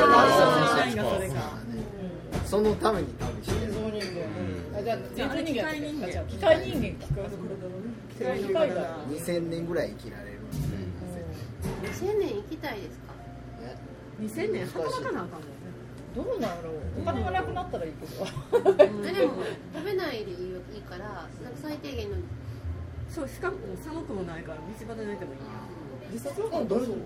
そのために旅してる。 じゃあ機械人間 2000年ぐらい生きられる。 2000年生きたいですか ？2000年働かなあかんもんね。 どうなんやろう。お金がなくなったらいいけど。でも食べないでいいから、なんか最低限の。 そう、しかも寒くもないから道端で寝てもいい。 自殺はどうぞ。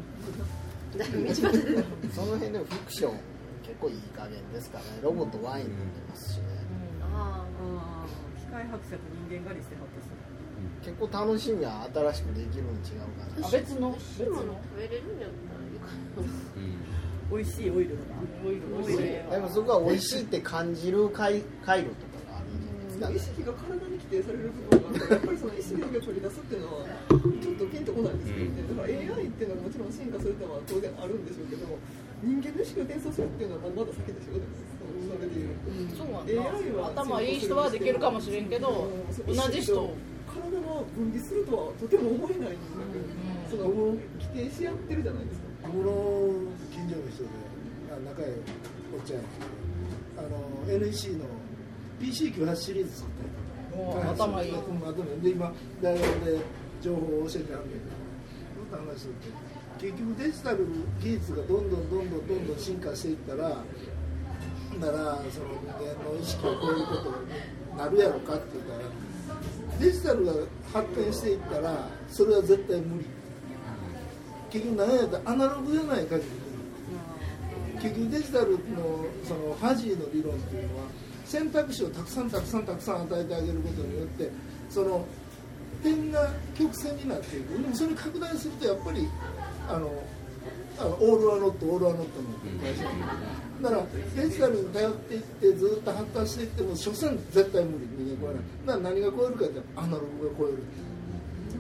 その辺でもフィクション結構いい加減ですからね。ロボットワイン飲んでますしね。 機械伯爵人間狩りしてはったし。 結構楽しみは新しくできるん違うかな。 別の食べれるんやったらいいかな。 美味しいオイルとか。 でもそこは美味しいって感じる回路とかがあるんじゃないですか。 意識が体に規定される部分があるから、やっぱりその意識を取り出すっていうのはちょっとピンとこないんですけどね。だから AI っていうのはもちろん進化するっていうのは当然あるんでしょうけども、人間の意識を転送するっていうのはまだ先でしょうね。それでいう。 そうなんだ。AI は頭いい人はできるかもしれんけど、同じ人体が分離するとはとても思えないんですよね。その規定し合ってるじゃないですか。 僕の近所の人で仲良いおっちゃんやけど、NEC の PC98 シリーズ作って頭いい。 で今大学で情報を教えてあるんだけど、どんな話するって結局デジタル技術がどんどん進化していったら、その人間の意識を超えることになるやろかって言ったら、デジタルが発展していったらそれは絶対無理。結局何やったらアナログじゃない限り結局デジタルのそのファジーの理論っていうのは選択肢をたくさん与えてあげることによってその点が曲線になっていく。でもそれ拡大するとやっぱりオールはノットの会社だからデジタルに頼っていってずっと発達していっても所詮絶対無理。人間超えない。だから何が超えるかってアナログが超える。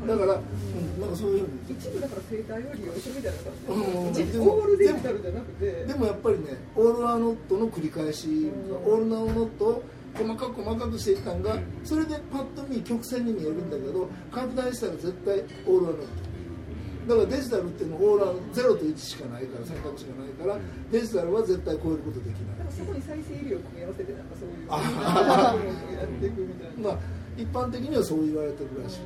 だから、なんかそういうふうに一部だから生態を利用してみたいな感じで、オールデジタルじゃなくて、 でもやっぱりね、オールナーノットの繰り返し、オールナーノットを細かくしていったんが、それでパッと見曲線に見えるんだけど、拡大したら絶対オールナーノット。だからデジタルっていうのはオール0と1しかないから選択肢がないからデジタルは絶対超えることできない。 だからそこに再生医療を組み合わせてなんかそういうやっていくみたいな。 まあ一般的にはそう言われてるらしい。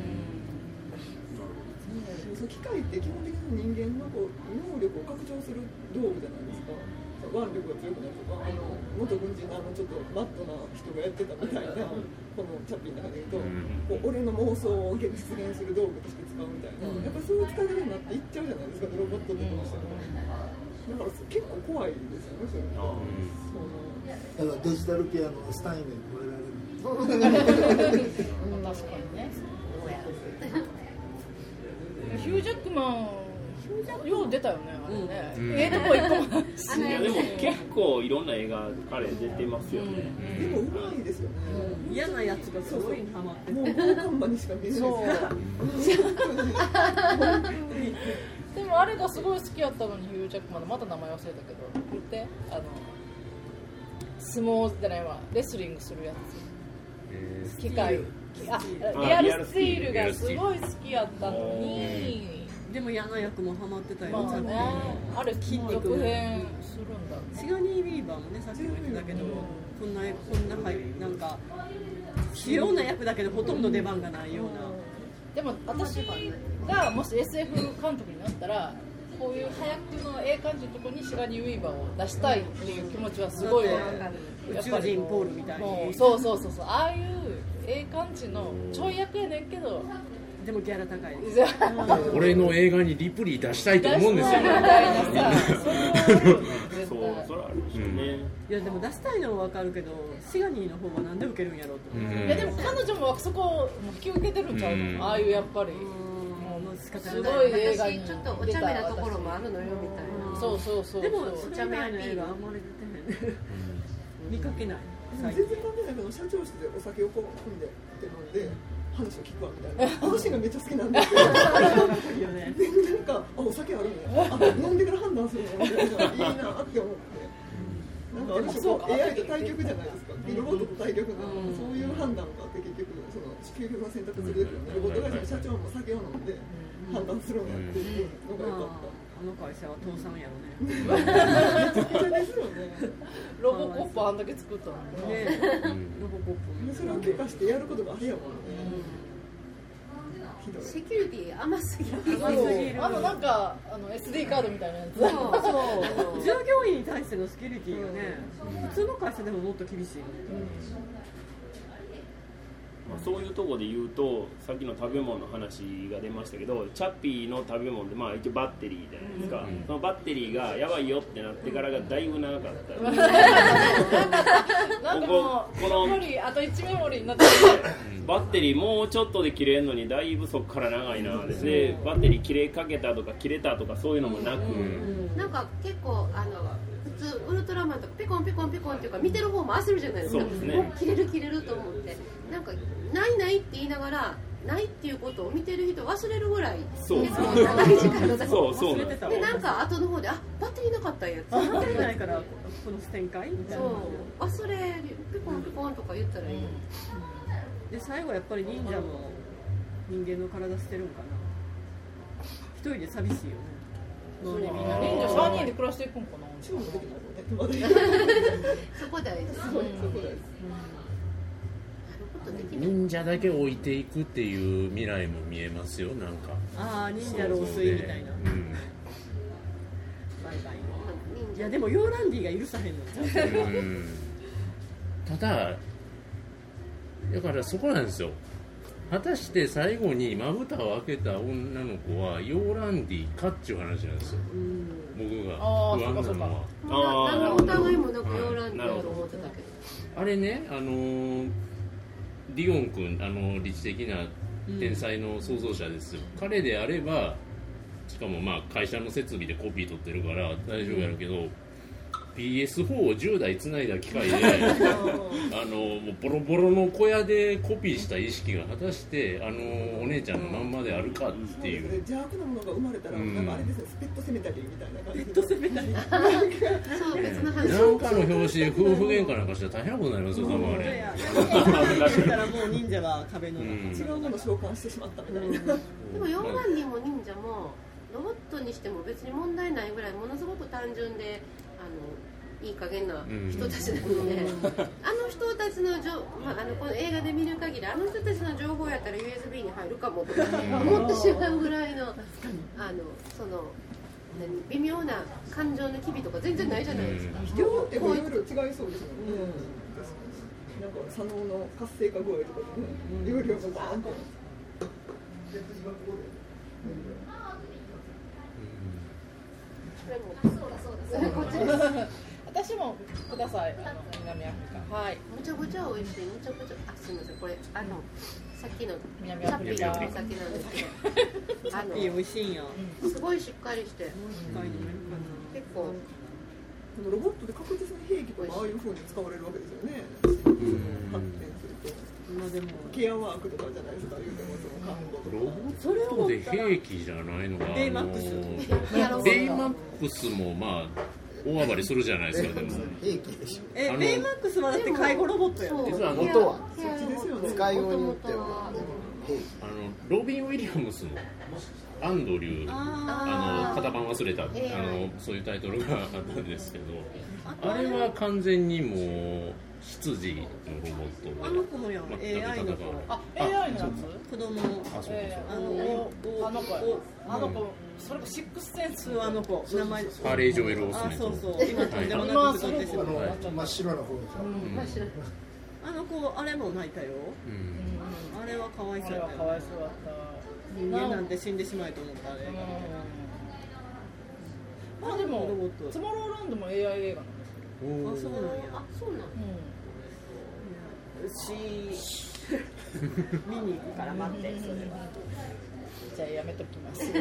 機械って基本的に人間のこう能力を拡張する道具じゃないですか。腕力が強くなるとか、元軍人のちょっとマットな人がやってたみたいな、このチャッピーの中で言うと、こう俺の妄想を実現する道具として使うみたいな、やっぱそういう使い方になっていっちゃうじゃないですか、ロボットとかしても。だから結構怖いですよね、それ。 だからデジタルピアノのスタインに超えられる。 確かにね。ヒュージャックマンよう出たよね、あれね。とこ行こう。 いやでも結構いろんな映画彼出てますよね。 でもうまいですよね。 嫌なやつがすごいハマってもう大看板にしか見えないでもあれがすごい好きやったのにヒュージャックマンのまた名前忘れたけど言って相撲じゃないわレスリングするやつ機械リアルスティールがすごい好きやったのにでも嫌な役もハマってたよ、 まあね、あれ筋肉変するんだシガニー・ウィーバーもねさっきも言ってたけど、こんななんか主要な役だけどほとんど出番がないような、 でも私がもし SF 監督になったらこういう早くのええ感じのところにシガニー・ウィーバーを出したいっていう気持ちはすごいわかる。 宇宙人ポールみたいにそうああいうええ感じのちょい役やねんけどでもギャラ高いです。 俺の映画にリプリー出したいと思うんですよ。 みたいなさ、 それはあるでしょうね。 いやでも出したいのは分かるけど、シガニーの方はなんで受けるんやろうと。 いやでも彼女もそこを引き受けてるんちゃうの？ああいうやっぱりすごい映画にちょっとお茶目なところもあるのよみたいな。 そう。 でもお茶目な映画あんまり出てへん。見かけない。 全然関係ないけど社長室でお酒をこう組んで飲んで。話を聞くわみたいな。あのシーンがめっちゃ好きなんですよ。なんかお酒あるね。飲んでから判断するのいいなって思って。なんかそう AI と対局じゃないですか。ロボットと対局のそういう判断があって結局その究極が選択するですよね。ロボット会社の社長も酒を飲んで判断するんやっていうのが良かった。 あの会社は倒産やろね。 めちゃくちゃですよね。 ロボコップあんだけ作ったのにね。 ロボコップ。 それを許可してやることがあれやもんね。 セキュリティ甘すぎる。 なんかSD カードみたいなやつ。 そう。従業員に対してのセキュリティがね、普通の会社でももっと厳しい。 そういうところで言うとさっきの食べ物の話が出ましたけどチャッピーの食べ物で一応バッテリーじゃないですか、そのバッテリーがやばいよってなってからがだいぶ長かったなんかもうメモリーあと1メモリーになってバッテリーもうちょっとで切れるのにだいぶそこから長いなでバッテリー切れかけたとか切れたとかそういうのもなく、 なんか結構普通ウルトラマンとかピコンピコンピコンっていうか見てる方も焦るじゃないですか。 そうですね、 もう切れると思ってなんかないって言いながらないっていうことを見てる人忘れるぐらい結構長い時間だったそうでなんか後の方でバッテリーなかったんやつバッテリーないからこの展開みたいな忘れピコンピコンとか言ったらいい、 で最後やっぱり忍者も人間の体捨てるんかな。一人で寂しいよね。 みんな忍者3人で暮らしていくんかな。 そこ大事。 忍者だけ置いていくっていう未来も見えますよ。なんか忍者老衰みたいな。バイバイ。いやでもヨーランディが許さへんのちゃただだからそこなんですよ。果たして最後にまぶたを開けた女の子はヨーランディかっていう話なんですよ。僕が不安なのは何の疑いもなくヨーランディだと思ってたけど、 あれねディオン君理知的な天才の創造者ですよ、彼であればしかも会社の設備でコピー取ってるから大丈夫やるけど、 PS4 を10台つないだ機械でもうボロボロの小屋でコピーした意識が果たしてお姉ちゃんのまんまであるかっていう、 邪悪なものが生まれたら、なんかあれですね、スペットセメタリーみたいな感じで、 ペットセメタリーそう別の話。 なんかの表紙で夫婦喧嘩なんかしたら大変なことになりますよ、多分あれ。 だからもう忍者は壁の中、 違うものを召喚してしまったみたいな。 でもヨーランディも忍者もロボットにしても別に問題ないぐらいものすごく単純でいい加減な人たちなので、あの人たちのこの映画で見る限りあの人たちの情報やったら USB に入るかもとか思ってしまうぐらいのその微妙な感情の機微とか全然ないじゃないですか。 人っていろいろ違いそうですよね。なんか左脳の活性化具合とかでね、容量がバーンと。 私もください。南アフリカ。はい。 むちゃくちゃ美味しい。むちゃくちゃ。すみません。これさっきの南アフリカ。 さっきなんですけど。 美味しいんや。 すごいしっかりして。結構。 ロボットで確実に兵器とかああいう風に使われるわけですよね。発展すると。でもケアワークとかじゃないですか。言うてもその看護とか。 ロボットで兵器じゃないのがベイマックス。 ベイマックスもまあ大暴れするじゃないですか。でも兵器でしょ。 ベイマックスはだって介護ロボットやね。 実は元は使いようによってはロビン・ウィリアムスのアンドリュー型番忘れたそういうタイトルがあったんですけど、あれは完全にもう執事のロボットで。 あの子もやん。AI の子。 AI のやつ？ 子供。 あの子。それかシックスセンスのあの子名前。 ハーレイ・ジョエル・オスメント。 そうそう。今とんでもなく太ってしまう。 真っ白な方でしょ。 あの子あれも泣いたよ。あれはかわいそうだった。 かわいそうだった。 人間なんて死んでしまえと思ったあれ。 まあでもトゥモローランドも AI 映画なんですよ。 そうなんや。 そうなの。 見に行くから待ってそれは。 じゃあやめときます。 ね、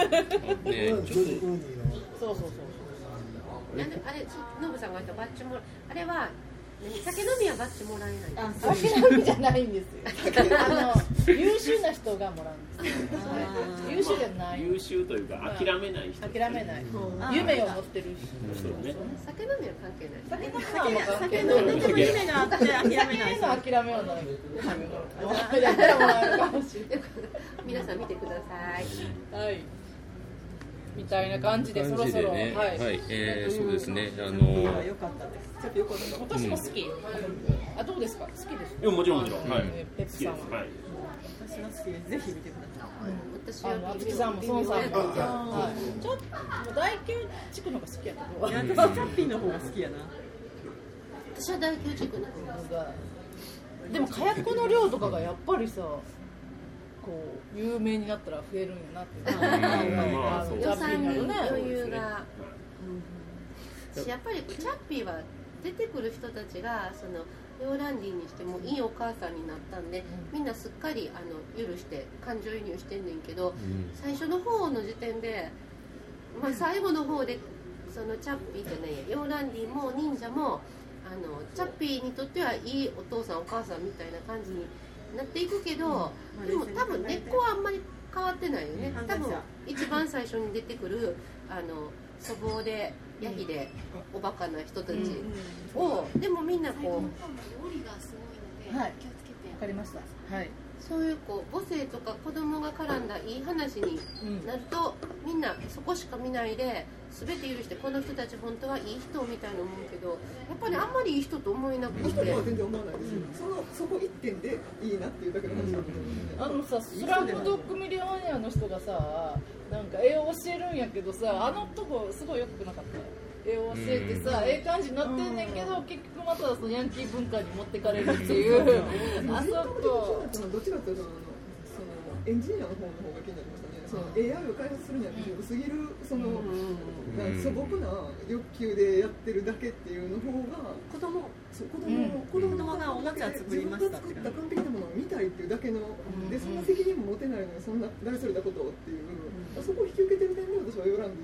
そう。 あれノブさんが言ったバッジもあれは酒飲みはバッジもらえない。 酒飲みじゃないんですよ。優秀な人がもらうんです。優秀じゃない。 優秀というか諦めない人。 諦めない。夢を持ってる人。 酒飲みは関係ない。 酒飲みは夢があって諦めない。 諦めはない。やったらもらえるかもしれない。 皆さん見てください。 はい。みたいな感じでそろそろはい、 そうですね。 良かったです。 私も好き。どうですか？好きですか？ いやもちろん。はい。 ペップさんは。 はい。私は好きです。ぜひ見てください。 私はさんも孫さんも。ちょっと大宮地区の方が好きやけど。 私チャッピーの方が好きやな。 私は大宮地区の方が。 でも火薬の量とかがやっぱりさ。こう有名になったら増えるんやなって予算に余裕が、やっぱりチャッピーは出てくる人たちがそのヨーランディにしてもいいお母さんになったんで、みんなすっかり許して感情移入してんねんけど、最初の方の時点で、最後の方でそのチャッピーじゃないやヨーランディも忍者もチャッピーにとってはいいお父さんお母さんみたいな感じになっていくけど、でも多分根っこはあんまり変わってないよね。多分一番最初に出てくる粗暴でヤヒでおバカな人たちを、でもみんなこう料理がすごいので気をつけて。 わかりました。はい。 そういう母性とか子供が絡んだいい話になると、みんなそこしか見ないで全て許してこの人たち本当はいい人みたいな思うけど、やっぱりあんまりいい人と思えなくて。 いい人とは全然思わないですよ。そこ一点でいいなっていうだけの話なんで。 スラムドッグミリオネアの人がさ、なんか絵を教えるんやけどさ、とこすごいよくなかった。絵を教えてさ、感じになってんねんけど、結局またそのヤンキー文化に持ってかれるっていう。あそこ。 どちらかというとエンジニアの方が気になりましたね。その AI を開発するには薄すぎる素朴な欲求でやってるだけっていうの方が子供がおもちゃ作りましたって自分が作った完璧なものを見たいっていうだけので、そんな責任も持てないのにそんな誰それだことっていう、そこを引き受けてる点で私はヨーランディ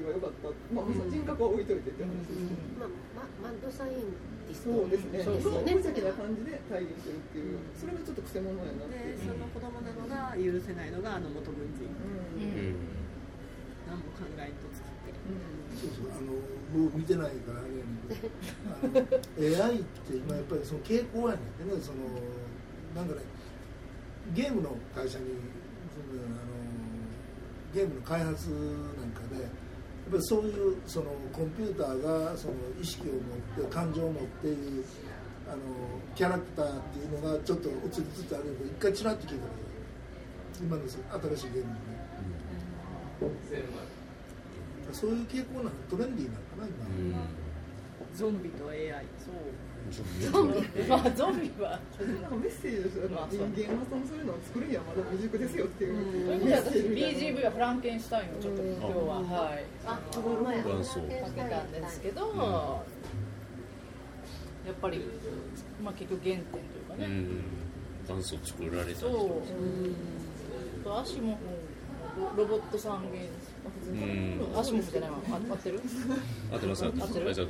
が良かった、まあ、人格は置いといてって話ですね。 マッドサイエンティスト。 そうですね。そう無邪気な感じで体現するっていう、それがちょっと癖者やなって。 その子供なのが許せないのが元軍人。何も考えと作ってる。 そうそう、僕見てないからあれやねんけど、AI って今やっぱりその傾向やねんね、そのなんかね、ゲームの会社にゲームの開発なんかでやっぱりそういうそのコンピューターがその意識を持って感情を持っているキャラクターっていうのがちょっと映りつつあるので一回ちらっと聞いたら今の新しいゲームでね、そういう傾向なのトレンディーなのかな今、 ゾンビと AI。そうゾンビまあゾンビはなんかメッセージですよ、人間はそういうのを作るにはまだ未熟ですよっていう。 ということで私 BGV はフランケンシュタインをちょっと今日ははいかけたんですけど、やっぱりまあ結局原点というかね、 元祖作られた人。 そう。アシモフロボット三原則。アシモフじゃないわ。合ってる？ 合ってます。合ってる。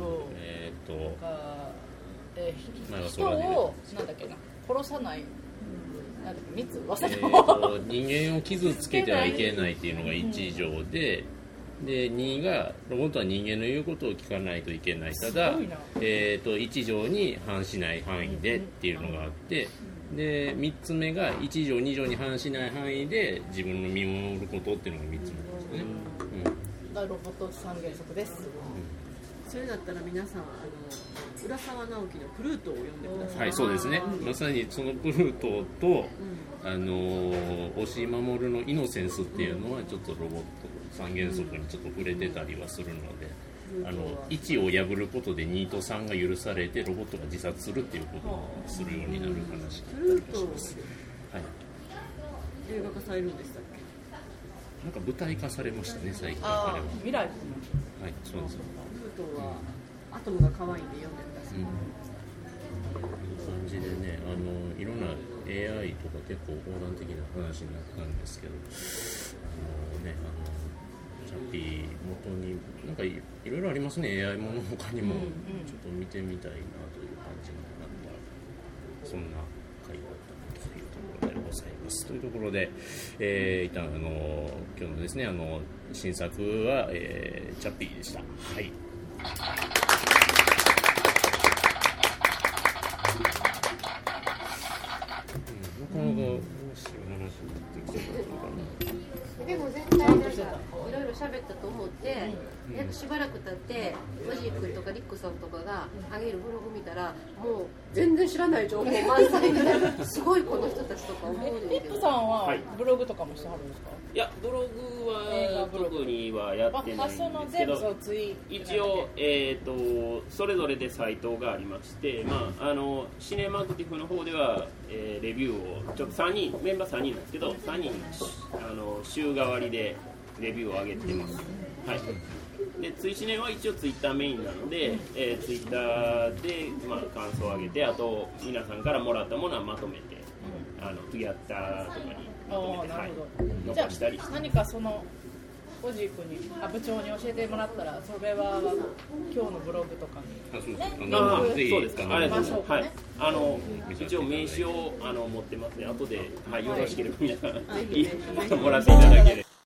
人をなんだっけな、殺さない。なんだっけ、密忘れた。 人間を傷つけてはいけないっていうのが1条で。で2がロボットは人間の言うことを聞かないといけない、ただ、1条に反しない範囲でっていうのがあって、で3つ目が1条2条に反しない範囲で自分の身を守ることっていうのが3つ目ですね。 ロボット三原則です。 それだったら皆さん浦沢直樹のプルートを読んでください。 はい、そうですね。まさにそのプルートと、押井守のイノセンスっていうのはちょっとロボット三原則にちょっと触れてたりはするので、1を破ることで2と3が許されてロボットが自殺するっていうことをするようになる話だったりします。はい。 映画化されるんでしたっけ？ なんか舞台化されましたね、最近。ああ、未来。はい、 そうです。 プルートはアトムが可愛いんで読んでください。 感じでね、いろんな AI とか結構横断的な話になったんですけど、チャッピー元になんかいろいろありますね。 AI もの他にもちょっと見てみたいなという感じになったそんな回だったというところでございます。というところで、一旦今日のですね新作は、チャッピーでした。はい。なかなか面白い話になってきてるのかな。 でも全体なんかいろいろ喋ったと思って、しばらく経っておじい君とかリックさんとかが上げるブログ見たらもう全然知らない情報満載ですごいこの人たちとか思うんですけど。 リックさんはブログとかもしてはるんですか？ いや、ブログは特にはやってないんですけど、一応、それぞれでサイトがありまして、シネマクティフの方では、レビューをちょっとメンバー3人なんですけど、3人週替わりでレビューを上げてます。はい。で、追試年は一応ツイッターメインなので、ツイッターで、感想を上げて、あと皆さんからもらったものはまとめて、ツイッターとかにまとめて、残したりして。 何かそのおじい君に部長に教えてもらったら、それは今日のブログとかにそうですか。ありがとうございます。はい。一応名刺を持ってますね。後でよろしければ皆さんもらっていただければ。